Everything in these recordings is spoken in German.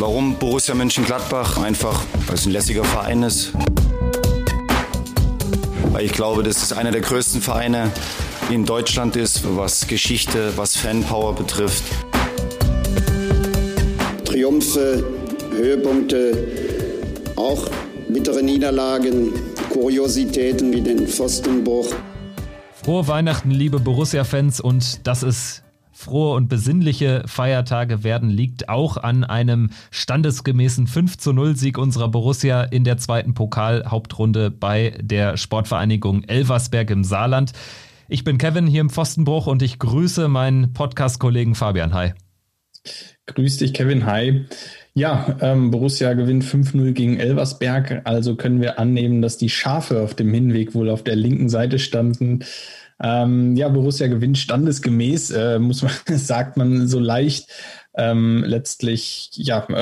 Warum Borussia Mönchengladbach? Einfach, weil es ein lässiger Verein ist. Weil ich glaube, dass es einer der größten Vereine in Deutschland ist, was Geschichte, was Fanpower betrifft. Triumphe, Höhepunkte, auch bittere Niederlagen, Kuriositäten wie den Pfostenbruch. Frohe Weihnachten, liebe Borussia-Fans, und dass es frohe und besinnliche Feiertage werden, liegt auch an einem standesgemäßen 5:0-Sieg unserer Borussia in der zweiten Pokal-Hauptrunde bei der Sportvereinigung Elversberg im Saarland. Ich bin Kevin hier im Pfostenbruch und ich grüße meinen Podcast-Kollegen Fabian. Hi. Grüß dich, Kevin. Hi. Ja, Borussia gewinnt 5:0 gegen Elversberg, also können wir annehmen, dass die Schafe auf dem Hinweg wohl auf der linken Seite standen. Borussia gewinnt standesgemäß, sagt man so leicht. Letztlich,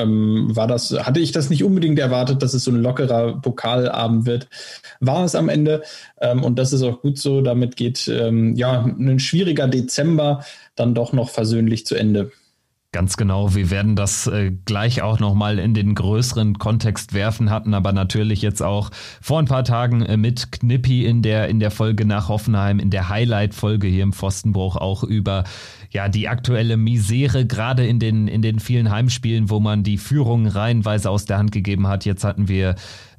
hatte ich das nicht unbedingt erwartet, dass es so ein lockerer Pokalabend wird. War es am Ende, und das ist auch gut so. Damit geht ein schwieriger Dezember dann doch noch versöhnlich zu Ende. Ganz genau, wir werden das gleich auch nochmal in den größeren Kontext werfen, hatten aber natürlich jetzt auch vor ein paar Tagen mit Knippi in der Folge nach Hoffenheim, in der Highlight-Folge hier im Pfostenbruch auch über die aktuelle Misere, gerade in den vielen Heimspielen, wo man die Führung reihenweise aus der Hand gegeben hat. Jetzt hatten wir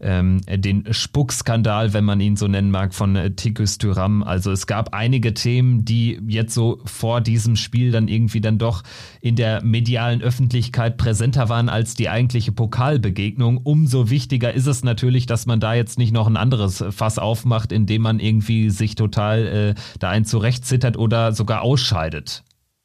den Spuckskandal, wenn man ihn so nennen mag, von Tigges Thuram. Also es gab einige Themen, die jetzt so vor diesem Spiel dann irgendwie dann doch in der medialen Öffentlichkeit präsenter waren als die eigentliche Pokalbegegnung. Umso wichtiger ist es natürlich, dass man da jetzt nicht noch ein anderes Fass aufmacht, indem man irgendwie sich total da einen zurechtzittert oder sogar ausscheidet.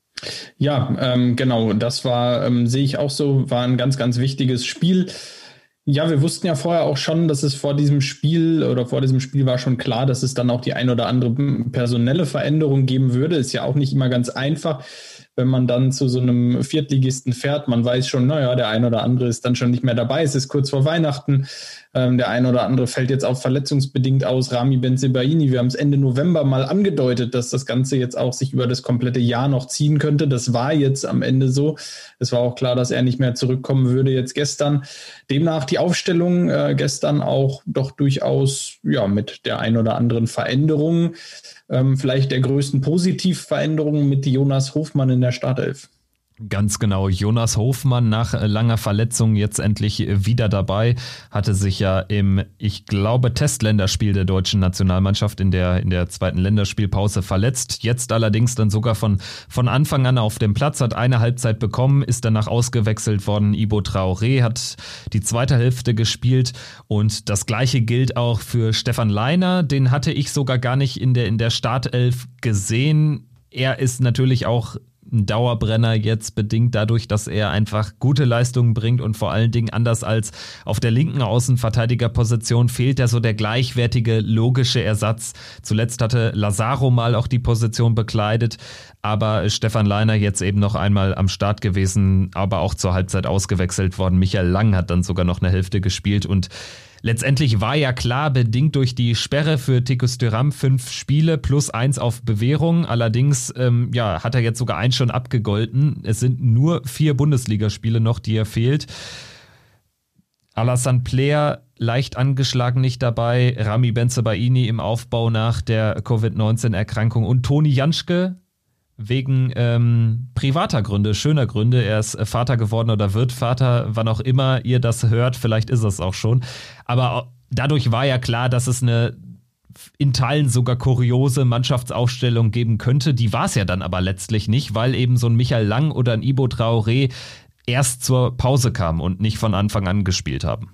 Ja, genau, das war, sehe ich auch so, war ein ganz, ganz wichtiges Spiel. Ja, wir wussten ja vorher auch schon, dass es vor diesem Spiel war schon klar, dass es dann auch die ein oder andere personelle Veränderung geben würde. Ist ja auch nicht immer ganz einfach, wenn man dann zu so einem Viertligisten fährt. Man weiß schon, der ein oder andere ist dann schon nicht mehr dabei. Es ist kurz vor Weihnachten. Der ein oder andere fällt jetzt auch verletzungsbedingt aus. Rami Bensebaini, wir haben es Ende November mal angedeutet, dass das Ganze jetzt auch sich über das komplette Jahr noch ziehen könnte. Das war jetzt am Ende so. Es war auch klar, dass er nicht mehr zurückkommen würde jetzt gestern. Demnach die Aufstellung gestern auch doch durchaus mit der ein oder anderen Veränderung. Vielleicht der größten Positivveränderung mit Jonas Hofmann in der Startelf. Ganz genau, Jonas Hofmann nach langer Verletzung jetzt endlich wieder dabei, hatte sich ja im, ich glaube, Testländerspiel der deutschen Nationalmannschaft in der zweiten Länderspielpause verletzt. Jetzt allerdings dann sogar von Anfang an auf dem Platz, hat eine Halbzeit bekommen, ist danach ausgewechselt worden. Ibo Traoré hat die zweite Hälfte gespielt und das gleiche gilt auch für Stefan Leiner. Den hatte ich sogar gar nicht in der Startelf gesehen. Er ist natürlich auch ein Dauerbrenner jetzt, bedingt dadurch, dass er einfach gute Leistungen bringt und vor allen Dingen anders als auf der linken Außenverteidigerposition fehlt ja so der gleichwertige, logische Ersatz. Zuletzt hatte Lazaro mal auch die Position bekleidet, aber Stefan Leiner jetzt eben noch einmal am Start gewesen, aber auch zur Halbzeit ausgewechselt worden. Michael Lang hat dann sogar noch eine Hälfte gespielt und letztendlich war ja klar, bedingt durch die Sperre für Tigges Thuram 5 Spiele plus 1 auf Bewährung. Allerdings hat er jetzt sogar 1 schon abgegolten. Es sind nur 4 Bundesligaspiele noch, die er fehlt. Alassane Player leicht angeschlagen nicht dabei. Rami Bensebaini im Aufbau nach der Covid-19-Erkrankung und Toni Janschke wegen privater Gründe, schöner Gründe. Er ist Vater geworden oder wird Vater, wann auch immer ihr das hört, vielleicht ist es auch schon. Aber dadurch war ja klar, dass es eine in Teilen sogar kuriose Mannschaftsaufstellung geben könnte. Die war es ja dann aber letztlich nicht, weil eben so ein Michael Lang oder ein Ibo Traoré erst zur Pause kamen und nicht von Anfang an gespielt haben.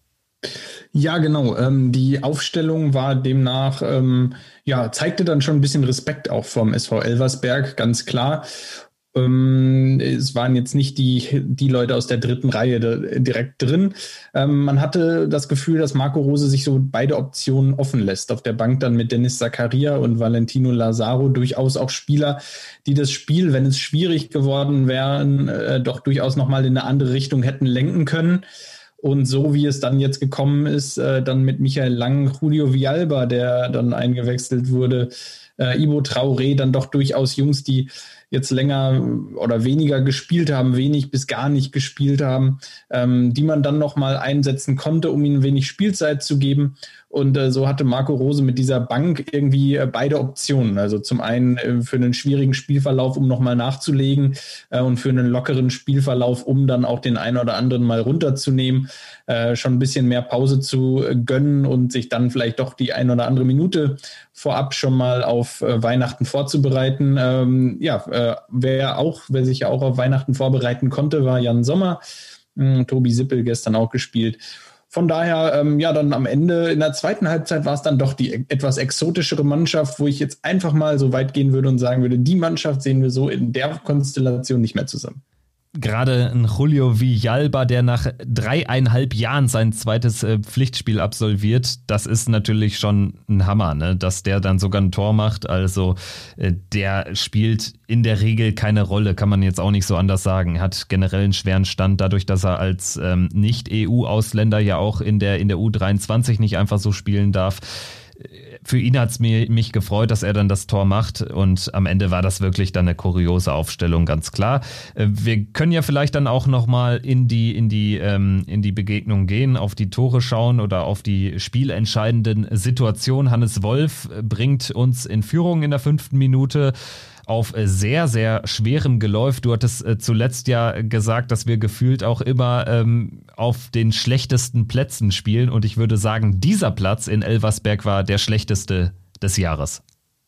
Ja, genau. Die Aufstellung war demnach, zeigte dann schon ein bisschen Respekt auch vom SV Elversberg, ganz klar. Es waren jetzt nicht die Leute aus der dritten Reihe direkt drin. Man hatte das Gefühl, dass Marco Rose sich so beide Optionen offen lässt. Auf der Bank dann mit Dennis Zakaria und Valentino Lazaro durchaus auch Spieler, die das Spiel, wenn es schwierig geworden wären, doch durchaus nochmal in eine andere Richtung hätten lenken können. Und so wie es dann jetzt gekommen ist, dann mit Michael Lang, Julio Villalba, der dann eingewechselt wurde, Ibo Traoré, dann doch durchaus Jungs, die jetzt länger oder weniger gespielt haben, wenig bis gar nicht gespielt haben, die man dann nochmal einsetzen konnte, um ihnen wenig Spielzeit zu geben. Und so hatte Marco Rose mit dieser Bank irgendwie beide Optionen. Also zum einen für einen schwierigen Spielverlauf, um nochmal nachzulegen und für einen lockeren Spielverlauf, um dann auch den einen oder anderen mal runterzunehmen, schon ein bisschen mehr Pause zu gönnen und sich dann vielleicht doch die ein oder andere Minute vorab schon mal auf Weihnachten vorzubereiten. Wer sich ja auch auf Weihnachten vorbereiten konnte, war Jan Sommer. Tobi Sippel gestern auch gespielt. Von daher, dann am Ende in der zweiten Halbzeit war es dann doch die etwas exotischere Mannschaft, wo ich jetzt einfach mal so weit gehen würde und sagen würde, die Mannschaft sehen wir so in der Konstellation nicht mehr zusammen. Gerade ein Julio Villalba, der nach 3,5 Jahren sein zweites Pflichtspiel absolviert, das ist natürlich schon ein Hammer, ne? Dass der dann sogar ein Tor macht. Also der spielt in der Regel keine Rolle, kann man jetzt auch nicht so anders sagen. Er hat generell einen schweren Stand, dadurch, dass er als Nicht-EU-Ausländer ja auch in der U23 nicht einfach so spielen darf. Für ihn hat es mich gefreut, dass er dann das Tor macht und am Ende war das wirklich dann eine kuriose Aufstellung, ganz klar. Wir können ja vielleicht dann auch nochmal in die Begegnung gehen, auf die Tore schauen oder auf die spielentscheidenden Situationen. Hannes Wolf bringt uns in Führung in der 5. Minute. Auf sehr, sehr schwerem Geläuf. Du hattest zuletzt ja gesagt, dass wir gefühlt auch immer auf den schlechtesten Plätzen spielen. Und ich würde sagen, dieser Platz in Elversberg war der schlechteste des Jahres.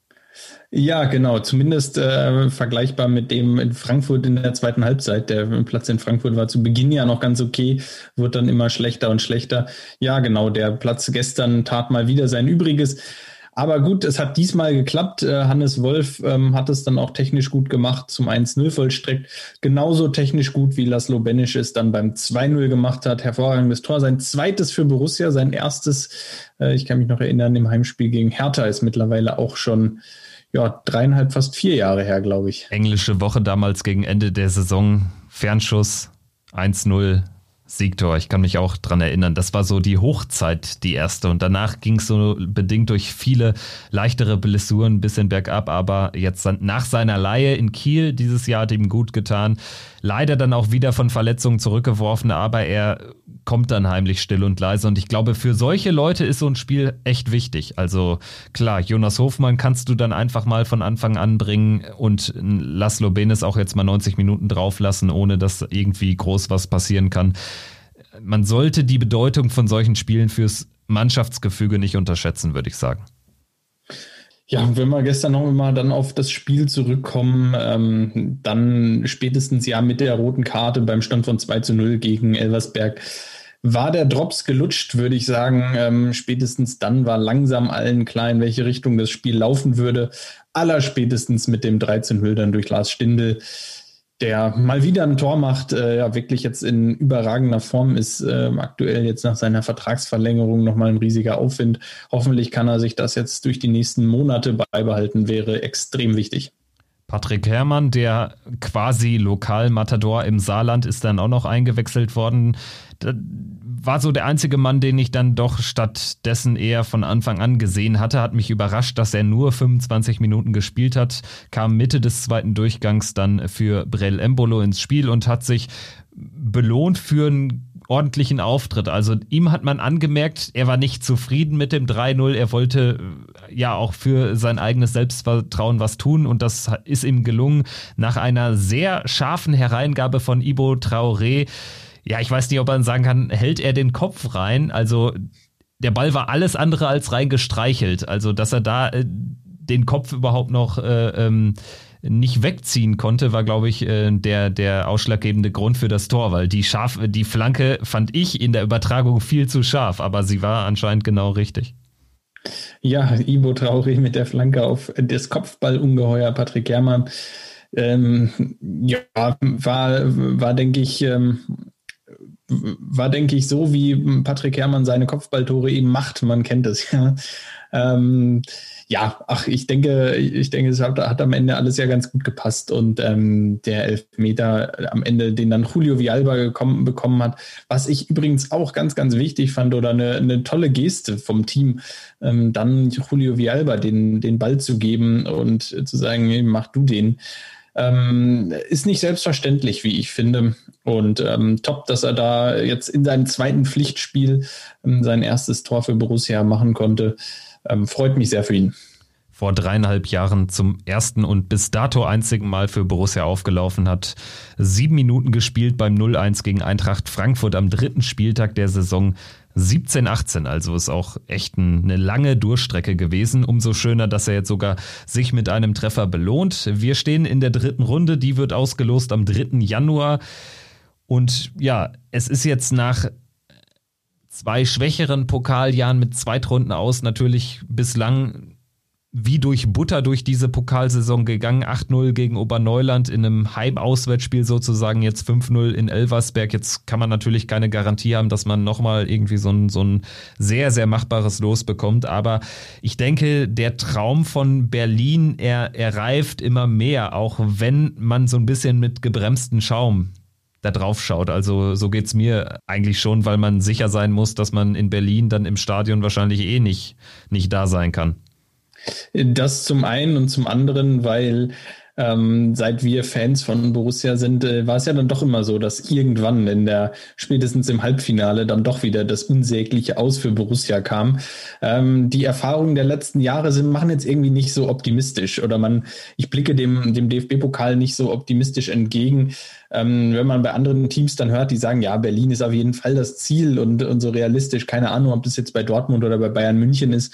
Ja, genau. Zumindest vergleichbar mit dem in Frankfurt in der zweiten Halbzeit. Der Platz in Frankfurt war zu Beginn ja noch ganz okay, wird dann immer schlechter und schlechter. Ja, genau. Der Platz gestern tat mal wieder sein Übriges. Aber gut, es hat diesmal geklappt. Hannes Wolf hat es dann auch technisch gut gemacht, zum 1-0 vollstreckt. Genauso technisch gut, wie Laszlo Benisch es dann beim 2-0 gemacht hat. Hervorragendes Tor. Sein zweites für Borussia, sein erstes, ich kann mich noch erinnern, im Heimspiel gegen Hertha ist mittlerweile auch schon 3,5, fast 4 Jahre her, glaube ich. Englische Woche damals gegen Ende der Saison. Fernschuss, 1-0. Siegtor, ich kann mich auch dran erinnern. Das war so die Hochzeit, die erste. Und danach ging es so bedingt durch viele leichtere Blessuren ein bisschen bergab. Aber jetzt nach seiner Leihe in Kiel dieses Jahr hat ihm gut getan. Leider dann auch wieder von Verletzungen zurückgeworfen, aber er kommt dann heimlich still und leise. Und ich glaube, für solche Leute ist so ein Spiel echt wichtig. Also klar, Jonas Hofmann kannst du dann einfach mal von Anfang an bringen und Laszlo Benes auch jetzt mal 90 Minuten drauf lassen, ohne dass irgendwie groß was passieren kann. Man sollte die Bedeutung von solchen Spielen fürs Mannschaftsgefüge nicht unterschätzen, würde ich sagen. Ja, wenn wir gestern noch mal dann auf das Spiel zurückkommen, dann spätestens ja mit der roten Karte beim Stand von 2-0 gegen Elversberg war der Drops gelutscht, würde ich sagen. Spätestens dann war langsam allen klar, in welche Richtung das Spiel laufen würde. Allerspätestens mit dem 13-0 dann durch Lars Stindl, der mal wieder ein Tor macht, wirklich jetzt in überragender Form ist, aktuell jetzt nach seiner Vertragsverlängerung nochmal ein riesiger Aufwind. Hoffentlich kann er sich das jetzt durch die nächsten Monate beibehalten, wäre extrem wichtig. Patrick Herrmann, der quasi Lokalmatador im Saarland, ist dann auch noch eingewechselt worden. Das war so der einzige Mann, den ich dann doch stattdessen eher von Anfang an gesehen hatte. Hat mich überrascht, dass er nur 25 Minuten gespielt hat. Kam Mitte des zweiten Durchgangs dann für Brel Embolo ins Spiel und hat sich belohnt für einen ordentlichen Auftritt. Also ihm hat man angemerkt, er war nicht zufrieden mit dem 3-0. Er wollte ja auch für sein eigenes Selbstvertrauen was tun und das ist ihm gelungen. Nach einer sehr scharfen Hereingabe von Ibo Traoré, ja, ich weiß nicht, ob man sagen kann, hält er den Kopf rein. Also der Ball war alles andere als rein gestreichelt. Also dass er da den Kopf überhaupt noch nicht wegziehen konnte, war, glaube ich, der ausschlaggebende Grund für das Tor, weil die Flanke fand ich in der Übertragung viel zu scharf, aber sie war anscheinend genau richtig. Ja, Ibo Traoré mit der Flanke auf das Kopfballungeheuer Patrick Herrmann. War denke ich, war, denke ich, so, wie Patrick Herrmann seine Kopfballtore eben macht. Man kennt es, ja. Ich denke, es hat am Ende alles ja ganz gut gepasst und der Elfmeter am Ende, den dann Julio Villalba bekommen hat, was ich übrigens auch ganz, ganz wichtig fand oder eine tolle Geste vom Team, dann Julio Villalba den Ball zu geben und zu sagen, hey, mach du den. Ist nicht selbstverständlich, wie ich finde. Und top, dass er da jetzt in seinem zweiten Pflichtspiel sein erstes Tor für Borussia machen konnte. Freut mich sehr für ihn. Vor 3,5 Jahren zum ersten und bis dato einzigen Mal für Borussia aufgelaufen, hat 7 Minuten gespielt beim 0-1 gegen Eintracht Frankfurt am 3. Spieltag der Saison 17/18, also ist auch echt eine lange Durchstrecke gewesen. Umso schöner, dass er jetzt sogar sich mit einem Treffer belohnt. Wir stehen in der 3. Runde, die wird ausgelost am 3. Januar. Und ja, es ist jetzt nach 2 schwächeren Pokaljahren mit Zweitrunden aus natürlich bislang wie durch Butter durch diese Pokalsaison gegangen. 8-0 gegen Oberneuland in einem Heim-Auswärtsspiel sozusagen, jetzt 5-0 in Elversberg. Jetzt kann man natürlich keine Garantie haben, dass man nochmal irgendwie so ein sehr, sehr machbares Los bekommt. Aber ich denke, der Traum von Berlin, er reift immer mehr, auch wenn man so ein bisschen mit gebremstem Schaum da drauf schaut. Also so geht's mir eigentlich schon, weil man sicher sein muss, dass man in Berlin dann im Stadion wahrscheinlich nicht da sein kann. Das zum einen und zum anderen, weil seit wir Fans von Borussia sind, war es ja dann doch immer so, dass irgendwann spätestens im Halbfinale dann doch wieder das unsägliche Aus für Borussia kam. Die Erfahrungen der letzten Jahre machen jetzt irgendwie nicht so optimistisch oder ich blicke dem DFB-Pokal nicht so optimistisch entgegen. Wenn man bei anderen Teams dann hört, die sagen, ja, Berlin ist auf jeden Fall das Ziel und so realistisch, keine Ahnung, ob das jetzt bei Dortmund oder bei Bayern München ist.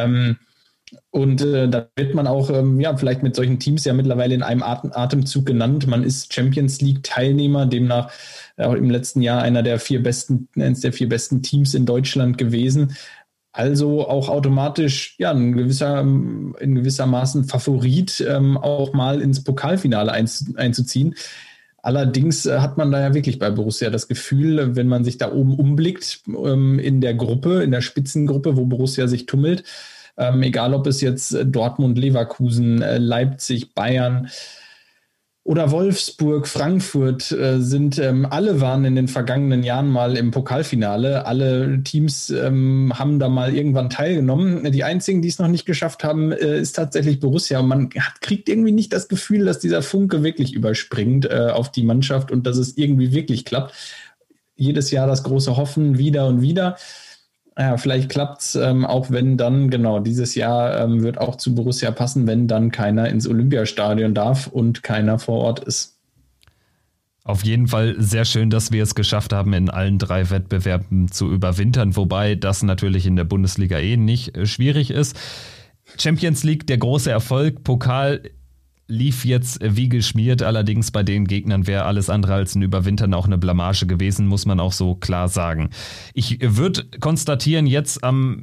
Und da wird man auch vielleicht mit solchen Teams ja mittlerweile in einem Atemzug genannt. Man ist Champions League Teilnehmer, demnach auch im letzten Jahr eines der 4 besten Teams in Deutschland gewesen. Also auch automatisch in gewissermaßen Favorit, auch mal ins Pokalfinale einzuziehen. Allerdings hat man da ja wirklich bei Borussia das Gefühl, wenn man sich da oben umblickt, in der Spitzengruppe, wo Borussia sich tummelt, egal ob es jetzt Dortmund, Leverkusen, Leipzig, Bayern oder Wolfsburg, Frankfurt alle waren in den vergangenen Jahren mal im Pokalfinale. Alle Teams haben da mal irgendwann teilgenommen. Die einzigen, die es noch nicht geschafft haben, ist tatsächlich Borussia. Und man kriegt irgendwie nicht das Gefühl, dass dieser Funke wirklich überspringt auf die Mannschaft und dass es irgendwie wirklich klappt. Jedes Jahr das große Hoffen wieder und wieder. Ja, vielleicht klappt's, auch wenn dann, genau, dieses Jahr wird auch zu Borussia passen, wenn dann keiner ins Olympiastadion darf und keiner vor Ort ist. Auf jeden Fall sehr schön, dass wir es geschafft haben, in allen 3 Wettbewerben zu überwintern, wobei das natürlich in der Bundesliga nicht schwierig ist. Champions League, der große Erfolg, Pokal lief jetzt wie geschmiert, allerdings bei den Gegnern wäre alles andere als ein Überwintern auch eine Blamage gewesen, muss man auch so klar sagen. Ich würde konstatieren, jetzt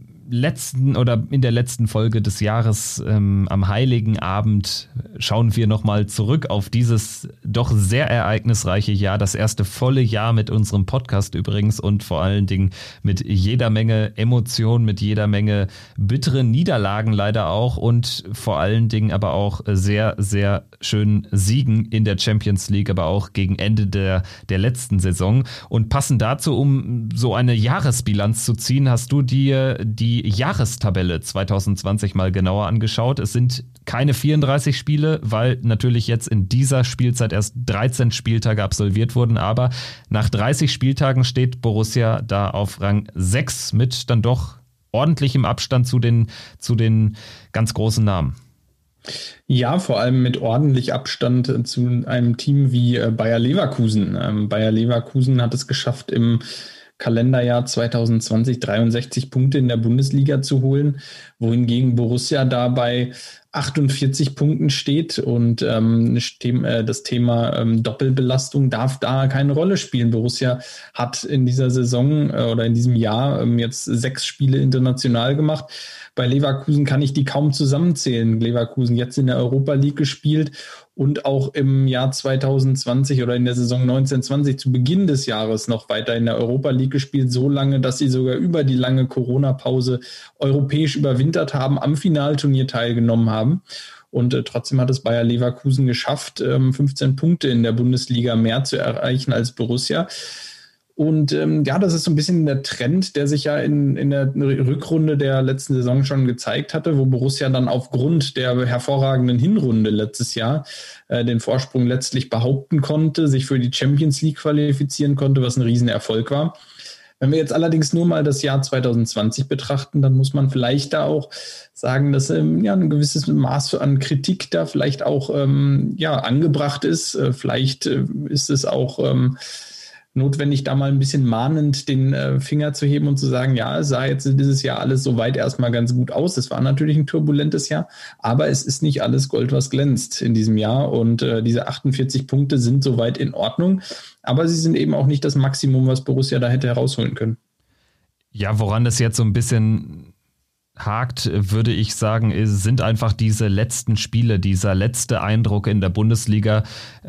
in der letzten Folge des Jahres, am Heiligen Abend, schauen wir nochmal zurück auf dieses doch sehr ereignisreiche Jahr, das erste volle Jahr mit unserem Podcast übrigens und vor allen Dingen mit jeder Menge Emotionen, mit jeder Menge bitteren Niederlagen leider auch und vor allen Dingen aber auch sehr, sehr schönen Siegen in der Champions League, aber auch gegen Ende der letzten Saison. Und passend dazu, um so eine Jahresbilanz zu ziehen, hast du dir die Jahrestabelle 2020 mal genauer angeschaut. Es sind keine 34 Spiele, weil natürlich jetzt in dieser Spielzeit erst 13 Spieltage absolviert wurden, aber nach 30 Spieltagen steht Borussia da auf Rang 6 mit dann doch ordentlichem Abstand zu den ganz großen Namen. Ja, vor allem mit ordentlich Abstand zu einem Team wie Bayer Leverkusen. Bayer Leverkusen hat es geschafft, im Kalenderjahr 2020 63 Punkte in der Bundesliga zu holen, wohingegen Borussia dabei 48 Punkten steht und das Thema Doppelbelastung darf da keine Rolle spielen. Borussia hat in dieser Saison oder in diesem Jahr jetzt 6 Spiele international gemacht. Bei Leverkusen kann ich die kaum zusammenzählen. Leverkusen jetzt in der Europa League gespielt und auch im Jahr 2020 oder in der Saison 1920 zu Beginn des Jahres noch weiter in der Europa League gespielt, so lange, dass sie sogar über die lange Corona-Pause europäisch überwintert haben, am Finalturnier teilgenommen haben. Und trotzdem hat es Bayer Leverkusen geschafft, 15 Punkte in der Bundesliga mehr zu erreichen als Borussia. Und das ist so ein bisschen der Trend, der sich ja in der Rückrunde der letzten Saison schon gezeigt hatte, wo Borussia dann aufgrund der hervorragenden Hinrunde letztes Jahr den Vorsprung letztlich behaupten konnte, sich für die Champions League qualifizieren konnte, was ein Riesenerfolg war. Wenn wir jetzt allerdings nur mal das Jahr 2020 betrachten, dann muss man vielleicht da auch sagen, dass ein gewisses Maß an Kritik da vielleicht auch angebracht ist. Vielleicht ist es auch notwendig, da mal ein bisschen mahnend den Finger zu heben und zu sagen, ja, es sah jetzt dieses Jahr alles soweit erstmal ganz gut aus. Es war natürlich ein turbulentes Jahr, aber es ist nicht alles Gold, was glänzt in diesem Jahr. Und diese 48 Punkte sind soweit in Ordnung, aber sie sind eben auch nicht das Maximum, was Borussia da hätte herausholen können. Ja, woran das jetzt so ein bisschen hakt, würde ich sagen, sind einfach diese letzten Spiele, dieser letzte Eindruck in der Bundesliga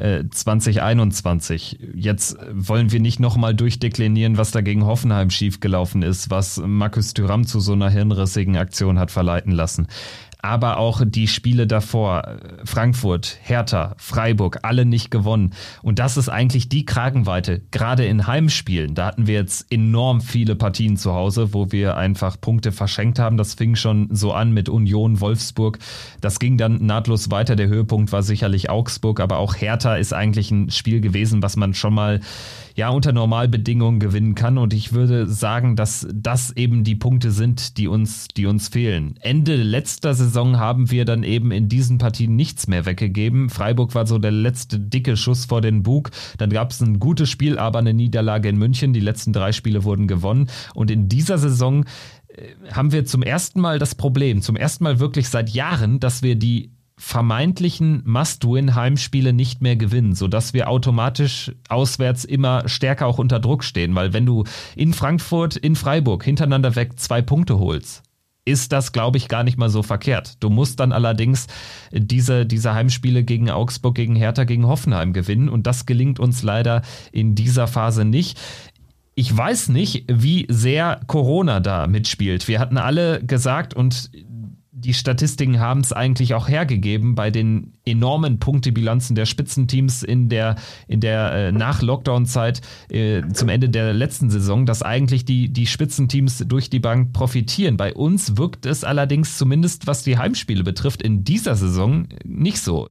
2021. Jetzt wollen wir nicht nochmal durchdeklinieren, was da gegen Hoffenheim schiefgelaufen ist, was Markus Thuram zu so einer hirnrissigen Aktion hat verleiten lassen. Aber auch die Spiele davor, Frankfurt, Hertha, Freiburg, alle nicht gewonnen. Und das ist eigentlich die Kragenweite, gerade in Heimspielen. Da hatten wir jetzt enorm viele Partien zu Hause, wo wir einfach Punkte verschenkt haben. Das fing schon so an mit Union, Wolfsburg. Das ging dann nahtlos weiter. Der Höhepunkt war sicherlich Augsburg, aber auch Hertha ist eigentlich ein Spiel gewesen, was man schon mal unter Normalbedingungen gewinnen kann. Und ich würde sagen, dass das eben die Punkte sind, die uns fehlen. Ende letzter Saison haben wir dann eben in diesen Partien nichts mehr weggegeben. Freiburg war so der letzte dicke Schuss vor den Bug. Dann gab es ein gutes Spiel, aber eine Niederlage in München. Die letzten 3 Spiele wurden gewonnen. Und in dieser Saison haben wir zum ersten Mal das Problem, zum ersten Mal wirklich seit Jahren, dass wir die vermeintlichen Must-Win-Heimspiele nicht mehr gewinnen, sodass wir automatisch auswärts immer stärker auch unter Druck stehen, weil wenn du in Frankfurt, in Freiburg hintereinander weg 2 Punkte holst, ist das, glaube ich, gar nicht mal so verkehrt. Du musst dann allerdings diese Heimspiele gegen Augsburg, gegen Hertha, gegen Hoffenheim gewinnen und das gelingt uns leider in dieser Phase nicht. Ich weiß nicht, wie sehr Corona da mitspielt. Wir hatten alle gesagt und die Statistiken haben es eigentlich auch hergegeben bei den enormen Punktebilanzen der Spitzenteams in der Nach-Lockdown-Zeit zum Ende der letzten Saison, dass eigentlich die Spitzenteams durch die Bank profitieren. Bei uns wirkt es allerdings zumindest, was die Heimspiele betrifft, in dieser Saison nicht so.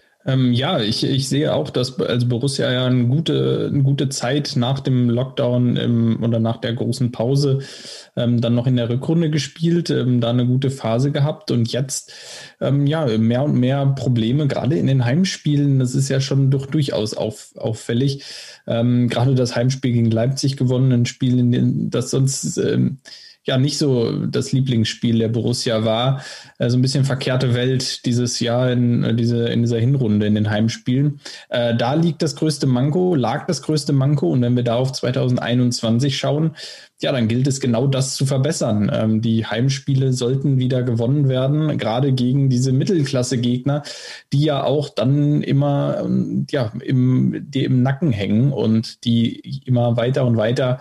Ich sehe auch, dass also Borussia ja eine gute Zeit nach dem Lockdown oder nach der großen Pause dann noch in der Rückrunde gespielt, da eine gute Phase gehabt und jetzt mehr und mehr Probleme, gerade in den Heimspielen. Das ist ja schon durchaus auffällig. Gerade das Heimspiel gegen Leipzig gewonnen, ein Spiel, das sonst nicht so das Lieblingsspiel der Borussia war. So ein bisschen verkehrte Welt dieses Jahr in dieser Hinrunde in den Heimspielen. Da lag das größte Manko. Und wenn wir da auf 2021 schauen, dann gilt es genau das zu verbessern. Die Heimspiele sollten wieder gewonnen werden, gerade gegen diese Mittelklasse-Gegner, die ja auch dann immer die im Nacken hängen und die immer weiter und weiter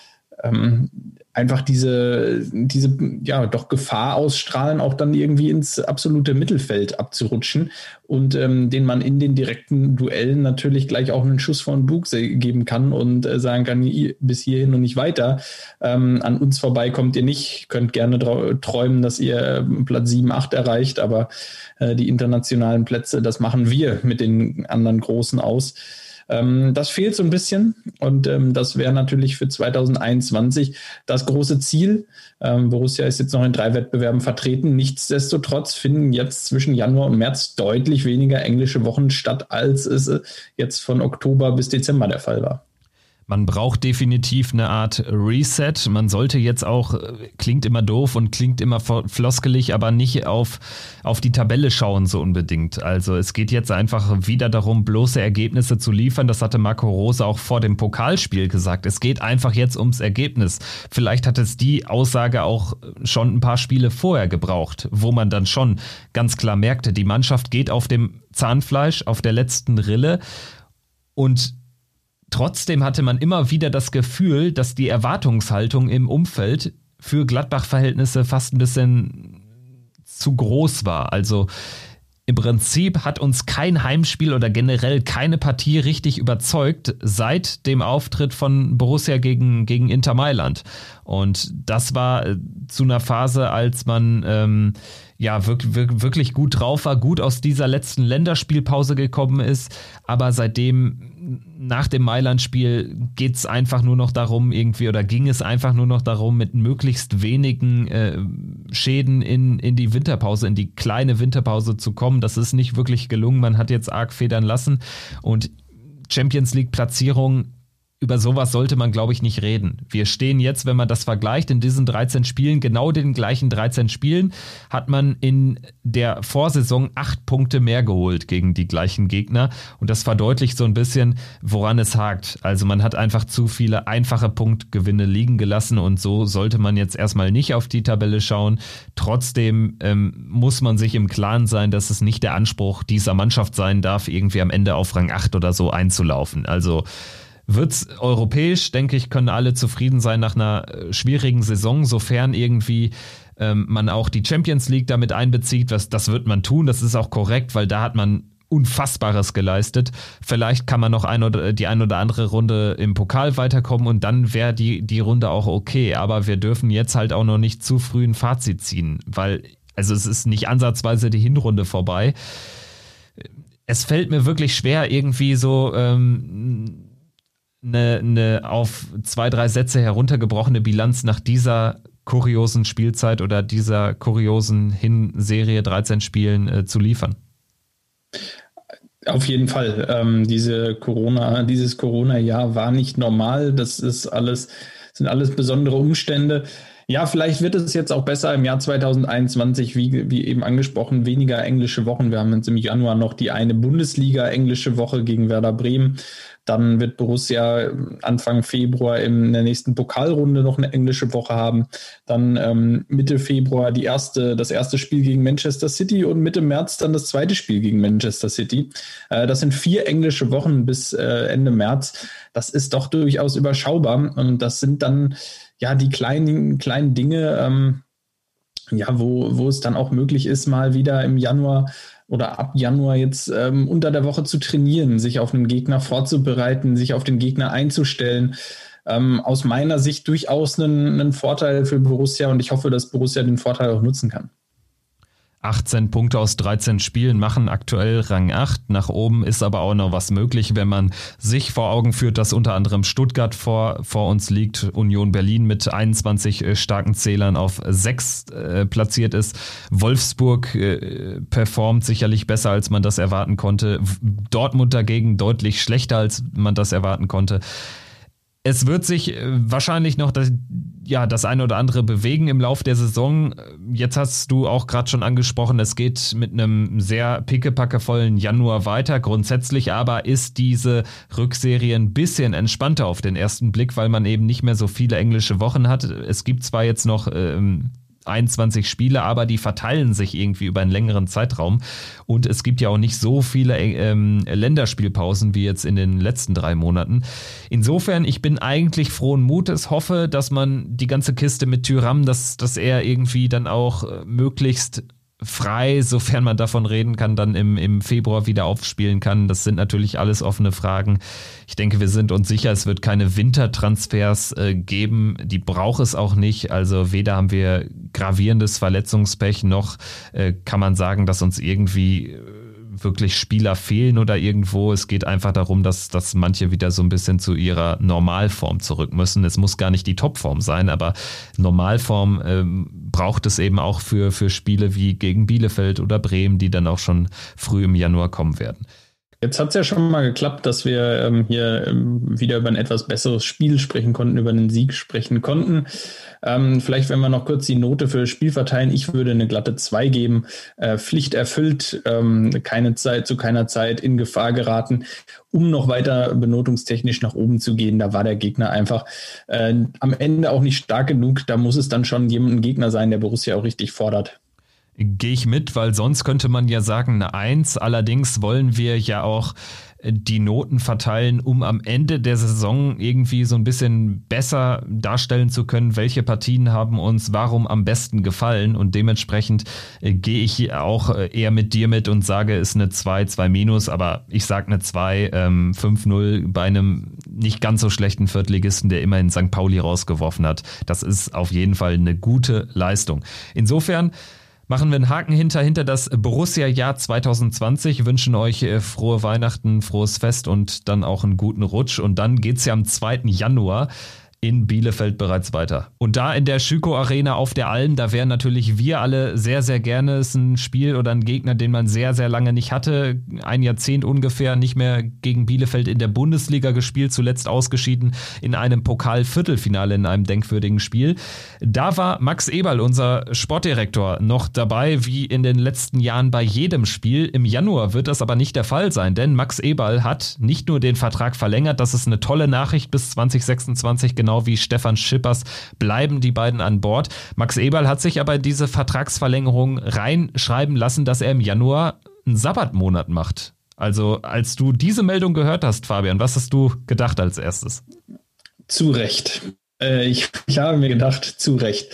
einfach diese doch Gefahr ausstrahlen, auch dann irgendwie ins absolute Mittelfeld abzurutschen und den man in den direkten Duellen natürlich gleich auch einen Schuss von Bug geben kann und sagen kann, bis hierhin und nicht weiter. An uns vorbei kommt ihr nicht, könnt gerne träumen, dass ihr Platz 7, 8 erreicht, aber die internationalen Plätze, das machen wir mit den anderen Großen aus. Das fehlt so ein bisschen und das wäre natürlich für 2021 das große Ziel. Borussia ist jetzt noch in 3 Wettbewerben vertreten. Nichtsdestotrotz finden jetzt zwischen Januar und März deutlich weniger englische Wochen statt, als es jetzt von Oktober bis Dezember der Fall war. Man braucht definitiv eine Art Reset. Man sollte jetzt auch, klingt immer doof und klingt immer floskelig, aber nicht auf die Tabelle schauen so unbedingt. Also es geht jetzt einfach wieder darum, bloße Ergebnisse zu liefern. Das hatte Marco Rose auch vor dem Pokalspiel gesagt. Es geht einfach jetzt ums Ergebnis. Vielleicht hat es die Aussage auch schon ein paar Spiele vorher gebraucht, wo man dann schon ganz klar merkte, die Mannschaft geht auf dem Zahnfleisch, auf der letzten Rille, und trotzdem hatte man immer wieder das Gefühl, dass die Erwartungshaltung im Umfeld für Gladbach-Verhältnisse fast ein bisschen zu groß war. Also im Prinzip hat uns kein Heimspiel oder generell keine Partie richtig überzeugt seit dem Auftritt von Borussia gegen Inter Mailand. Und das war zu einer Phase, als man wirklich gut drauf war, gut aus dieser letzten Länderspielpause gekommen ist. Aber seitdem, nach dem Mailand-Spiel, ging es einfach nur noch darum, mit möglichst wenigen Schäden in die Winterpause, in die kleine Winterpause zu kommen. Das ist nicht wirklich gelungen. Man hat jetzt arg federn lassen. Und Champions-League-Platzierung, über sowas sollte man, glaube ich, nicht reden. Wir stehen jetzt, wenn man das vergleicht, in diesen 13 Spielen, genau den gleichen 13 Spielen, hat man in der Vorsaison 8 Punkte mehr geholt gegen die gleichen Gegner. Und das verdeutlicht so ein bisschen, woran es hakt. Also man hat einfach zu viele einfache Punktgewinne liegen gelassen, und so sollte man jetzt erstmal nicht auf die Tabelle schauen. Trotzdem muss man sich im Klaren sein, dass es nicht der Anspruch dieser Mannschaft sein darf, irgendwie am Ende auf Rang 8 oder so einzulaufen. Also wird's europäisch, denke ich, können alle zufrieden sein nach einer schwierigen Saison, sofern irgendwie man auch die Champions League damit einbezieht. Das wird man tun, das ist auch korrekt, weil da hat man Unfassbares geleistet. Vielleicht kann man noch die ein oder andere Runde im Pokal weiterkommen, und dann wäre die Runde auch okay. Aber wir dürfen jetzt halt auch noch nicht zu früh ein Fazit ziehen, weil es ist nicht ansatzweise die Hinrunde vorbei. Es fällt mir wirklich schwer, irgendwie so eine auf 2-3 Sätze heruntergebrochene Bilanz nach dieser kuriosen Spielzeit oder dieser kuriosen Hinserie 13 Spielen zu liefern. Auf jeden Fall. Dieses Corona-Jahr war nicht normal. Das sind alles besondere Umstände. Ja, vielleicht wird es jetzt auch besser im Jahr 2021, wie eben angesprochen, weniger englische Wochen. Wir haben jetzt im Januar noch die eine Bundesliga-englische Woche gegen Werder Bremen. Dann wird Borussia Anfang Februar in der nächsten Pokalrunde noch eine englische Woche haben. Dann Mitte Februar das erste Spiel gegen Manchester City und Mitte März dann das zweite Spiel gegen Manchester City. Das sind 4 englische Wochen bis Ende März. Das ist doch durchaus überschaubar. Und das sind dann die kleinen Dinge, wo es dann auch möglich ist, mal wieder im Januar oder ab Januar jetzt unter der Woche zu trainieren, sich auf einen Gegner vorzubereiten, sich auf den Gegner einzustellen. Aus meiner Sicht durchaus einen Vorteil für Borussia, und ich hoffe, dass Borussia den Vorteil auch nutzen kann. 18 Punkte aus 13 Spielen machen aktuell Rang 8. Nach oben ist aber auch noch was möglich, wenn man sich vor Augen führt, dass unter anderem Stuttgart vor uns liegt, Union Berlin mit 21 starken Zählern auf 6 platziert ist. Wolfsburg performt sicherlich besser, als man das erwarten konnte. Dortmund dagegen deutlich schlechter, als man das erwarten konnte. Es wird sich wahrscheinlich noch das eine oder andere bewegen im Lauf der Saison. Jetzt hast du auch gerade schon angesprochen, es geht mit einem sehr pickepackevollen Januar weiter. Grundsätzlich aber ist diese Rückserie ein bisschen entspannter auf den ersten Blick, weil man eben nicht mehr so viele englische Wochen hat. Es gibt zwar jetzt noch 21 Spiele, aber die verteilen sich irgendwie über einen längeren Zeitraum, und es gibt ja auch nicht so viele Länderspielpausen wie jetzt in den letzten 3 Monaten. Insofern, ich bin eigentlich frohen Mutes, hoffe, dass man die ganze Kiste mit Thuram, dass er irgendwie dann auch möglichst frei, sofern man davon reden kann, dann im Februar wieder aufspielen kann. Das sind natürlich alles offene Fragen. Ich denke, wir sind uns sicher, es wird keine Wintertransfers geben. Die braucht es auch nicht. Also weder haben wir gravierendes Verletzungspech, noch kann man sagen, dass uns irgendwie wirklich Spieler fehlen oder irgendwo. Es geht einfach darum, dass manche wieder so ein bisschen zu ihrer Normalform zurück müssen. Es muss gar nicht die Topform sein, aber Normalform braucht es eben auch für Spiele wie gegen Bielefeld oder Bremen, die dann auch schon früh im Januar kommen werden. Jetzt hat es ja schon mal geklappt, dass wir hier wieder über ein etwas besseres Spiel sprechen konnten, über einen Sieg sprechen konnten. Vielleicht, wenn wir noch kurz die Note für das Spiel verteilen, ich würde eine glatte 2 geben. Pflicht erfüllt, zu keiner Zeit in Gefahr geraten, um noch weiter benotungstechnisch nach oben zu gehen. Da war der Gegner einfach am Ende auch nicht stark genug. Da muss es dann schon ein Gegner sein, der Borussia auch richtig fordert. Gehe ich mit, weil sonst könnte man ja sagen eine 1. Allerdings wollen wir ja auch die Noten verteilen, um am Ende der Saison irgendwie so ein bisschen besser darstellen zu können, welche Partien haben uns warum am besten gefallen. Und dementsprechend gehe ich auch eher mit dir mit und sage, es ist eine 2, 2-, aber ich sage eine 2, 5-0 bei einem nicht ganz so schlechten Viertligisten, der immerhin St. Pauli rausgeworfen hat. Das ist auf jeden Fall eine gute Leistung. Insofern machen wir einen Haken hinter das Borussia-Jahr 2020, wünschen euch frohe Weihnachten, frohes Fest und dann auch einen guten Rutsch. Und dann geht's ja am 2. Januar in Bielefeld bereits weiter. Und da in der Schüko Arena auf der Alm, da wären natürlich wir alle sehr, sehr gerne. Es ist ein Spiel oder ein Gegner, den man sehr, sehr lange nicht hatte. Ein Jahrzehnt ungefähr nicht mehr gegen Bielefeld in der Bundesliga gespielt, zuletzt ausgeschieden in einem Pokal-Viertelfinale in einem denkwürdigen Spiel. Da war Max Eberl, unser Sportdirektor, noch dabei, wie in den letzten Jahren bei jedem Spiel. Im Januar wird das aber nicht der Fall sein, denn Max Eberl hat nicht nur den Vertrag verlängert, das ist eine tolle Nachricht, bis 2026, genau wie Stefan Schippers bleiben die beiden an Bord. Max Eberl hat sich aber diese Vertragsverlängerung reinschreiben lassen, dass er im Januar einen Sabbatmonat macht. Also als du diese Meldung gehört hast, Fabian, was hast du gedacht als erstes? Zu Recht. Ich habe mir gedacht, zu Recht.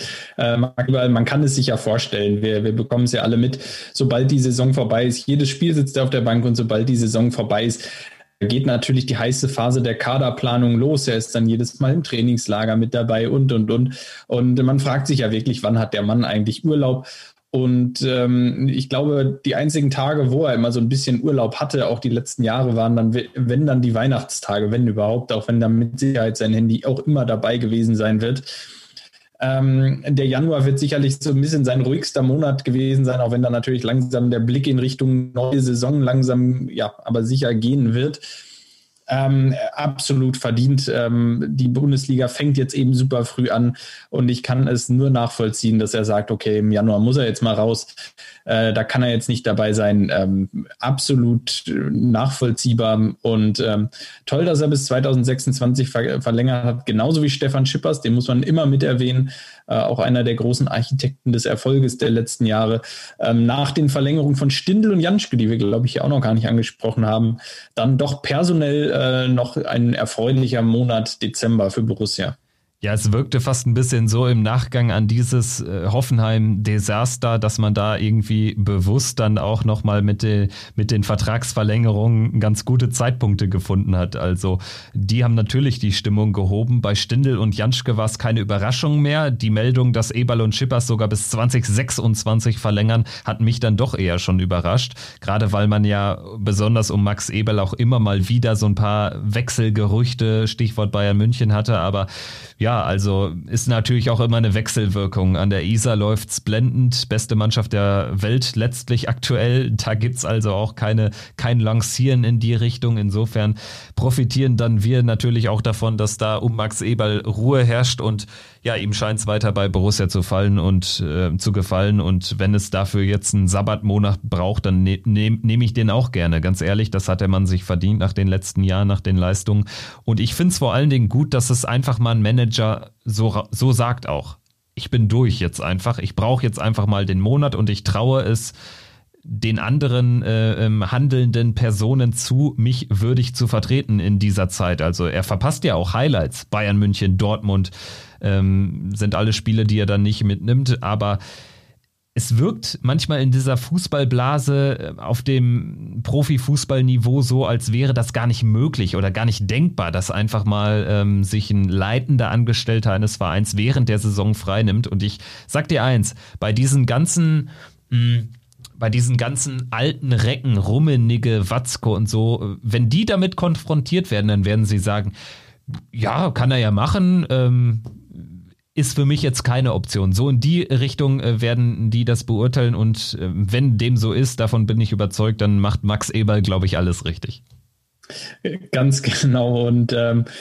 Man kann es sich ja vorstellen, wir bekommen es ja alle mit, sobald die Saison vorbei ist, jedes Spiel sitzt er auf der Bank und sobald die Saison vorbei ist, geht natürlich die heiße Phase der Kaderplanung los. Er ist dann jedes Mal im Trainingslager mit dabei und. Und man fragt sich ja wirklich, wann hat der Mann eigentlich Urlaub? Und ich glaube, die einzigen Tage, wo er immer so ein bisschen Urlaub hatte, auch die letzten Jahre, waren dann, wenn dann die Weihnachtstage, wenn überhaupt, auch wenn dann mit Sicherheit sein Handy auch immer dabei gewesen sein wird. Der Januar wird sicherlich so ein bisschen sein ruhigster Monat gewesen sein, auch wenn dann natürlich langsam der Blick in Richtung neue Saison langsam, ja, aber sicher gehen wird. Absolut verdient. Die Bundesliga fängt jetzt eben super früh an und ich kann es nur nachvollziehen, dass er sagt, okay, im Januar muss er jetzt mal raus. Da kann er jetzt nicht dabei sein. Absolut nachvollziehbar und toll, dass er bis 2026 verlängert hat, genauso wie Stefan Schippers, den muss man immer mit erwähnen. Auch einer der großen Architekten des Erfolges der letzten Jahre. Nach den Verlängerungen von Stindl und Janschke, die wir, glaube ich, auch noch gar nicht angesprochen haben, dann doch personell noch ein erfreulicher Monat Dezember für Borussia. Ja, es wirkte fast ein bisschen so im Nachgang an dieses Hoffenheim-Desaster, dass man da irgendwie bewusst dann auch nochmal mit den Vertragsverlängerungen ganz gute Zeitpunkte gefunden hat. Also die haben natürlich die Stimmung gehoben. Bei Stindl und Janschke war es keine Überraschung mehr. Die Meldung, dass Eberl und Schippers sogar bis 2026 verlängern, hat mich dann doch eher schon überrascht. Gerade weil man ja besonders um Max Eberl auch immer mal wieder so ein paar Wechselgerüchte, Stichwort Bayern München hatte, aber ja, also ist natürlich auch immer eine Wechselwirkung. An der Isar läuft's blendend, beste Mannschaft der Welt letztlich aktuell. Da gibt's also auch kein Lancieren in die Richtung. Insofern profitieren dann wir natürlich auch davon, dass da um Max Eberl Ruhe herrscht und ja, ihm scheint's weiter bei Borussia zu fallen und zu gefallen. Und wenn es dafür jetzt einen Sabbatmonat braucht, dann nehme ich den auch gerne. Ganz ehrlich, das hat der Mann sich verdient nach den letzten Jahren, nach den Leistungen. Und ich find's vor allen Dingen gut, dass es einfach mal ein Manager so sagt auch. Ich bin durch jetzt einfach. Ich brauche jetzt einfach mal den Monat und ich traue es den anderen handelnden Personen zu, mich würdig zu vertreten in dieser Zeit. Also er verpasst ja auch Highlights. Bayern München, Dortmund sind alle Spiele, die er dann nicht mitnimmt. Aber es wirkt manchmal in dieser Fußballblase auf dem Profifußballniveau so, als wäre das gar nicht möglich oder gar nicht denkbar, dass einfach mal sich ein leitender Angestellter eines Vereins während der Saison freinimmt. Und ich sag dir eins, bei diesen ganzen alten Recken, Rummenigge, Watzke und so, wenn die damit konfrontiert werden, dann werden sie sagen, ja, kann er ja machen, ist für mich jetzt keine Option. So in die Richtung werden die das beurteilen und wenn dem so ist, davon bin ich überzeugt, dann macht Max Eberl, glaube ich, alles richtig. Ganz genau und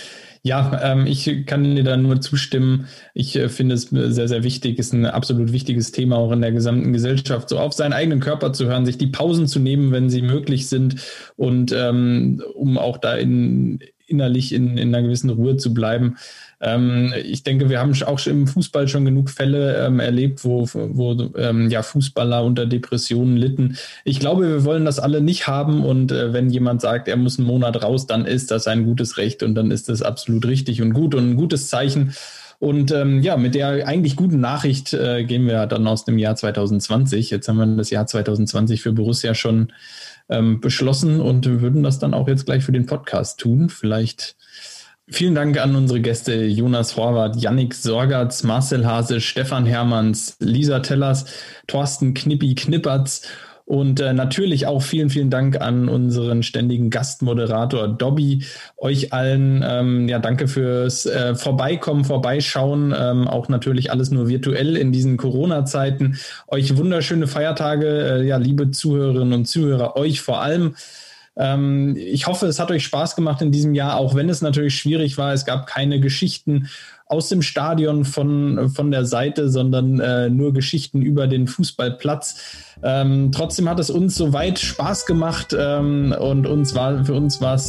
ich kann dir da nur zustimmen. Ich finde es sehr, sehr wichtig, ist ein absolut wichtiges Thema auch in der gesamten Gesellschaft, so auf seinen eigenen Körper zu hören, sich die Pausen zu nehmen, wenn sie möglich sind und um auch da innerlich in einer gewissen Ruhe zu bleiben. Ich denke, wir haben auch im Fußball schon genug Fälle erlebt, wo Fußballer unter Depressionen litten. Ich glaube, wir wollen das alle nicht haben und wenn jemand sagt, er muss einen Monat raus, dann ist das ein gutes Recht und dann ist das absolut richtig und gut und ein gutes Zeichen. Und mit der eigentlich guten Nachricht gehen wir dann aus dem Jahr 2020. Jetzt haben wir das Jahr 2020 für Borussia schon beschlossen und würden das dann auch jetzt gleich für den Podcast tun. Vielleicht vielen Dank an unsere Gäste Jonas Horvath, Yannick Sorgatz, Marcel Hase, Stefan Hermanns, Lisa Tellers, Thorsten Knippi Knippertz und natürlich auch vielen, vielen Dank an unseren ständigen Gastmoderator Dobby. Euch allen danke fürs Vorbeikommen, Vorbeischauen, auch natürlich alles nur virtuell in diesen Corona-Zeiten. Euch wunderschöne Feiertage, liebe Zuhörerinnen und Zuhörer, euch vor allem. Ich hoffe, es hat euch Spaß gemacht in diesem Jahr, auch wenn es natürlich schwierig war. Es gab keine Geschichten aus dem Stadion von der Seite, sondern nur Geschichten über den Fußballplatz. Trotzdem hat es uns soweit Spaß gemacht und für uns war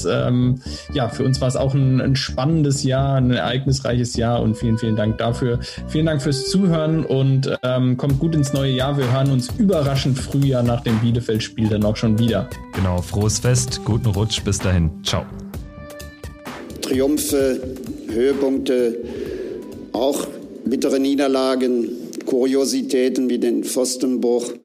es auch ein spannendes Jahr, ein ereignisreiches Jahr und vielen, vielen Dank dafür. Vielen Dank fürs Zuhören und kommt gut ins neue Jahr. Wir hören uns überraschend Frühjahr nach dem Bielefeld-Spiel dann auch schon wieder. Genau, frohes Fest, guten Rutsch, bis dahin. Ciao. Triumphe, Höhepunkte, auch bittere Niederlagen, Kuriositäten wie den Pfostenbruch.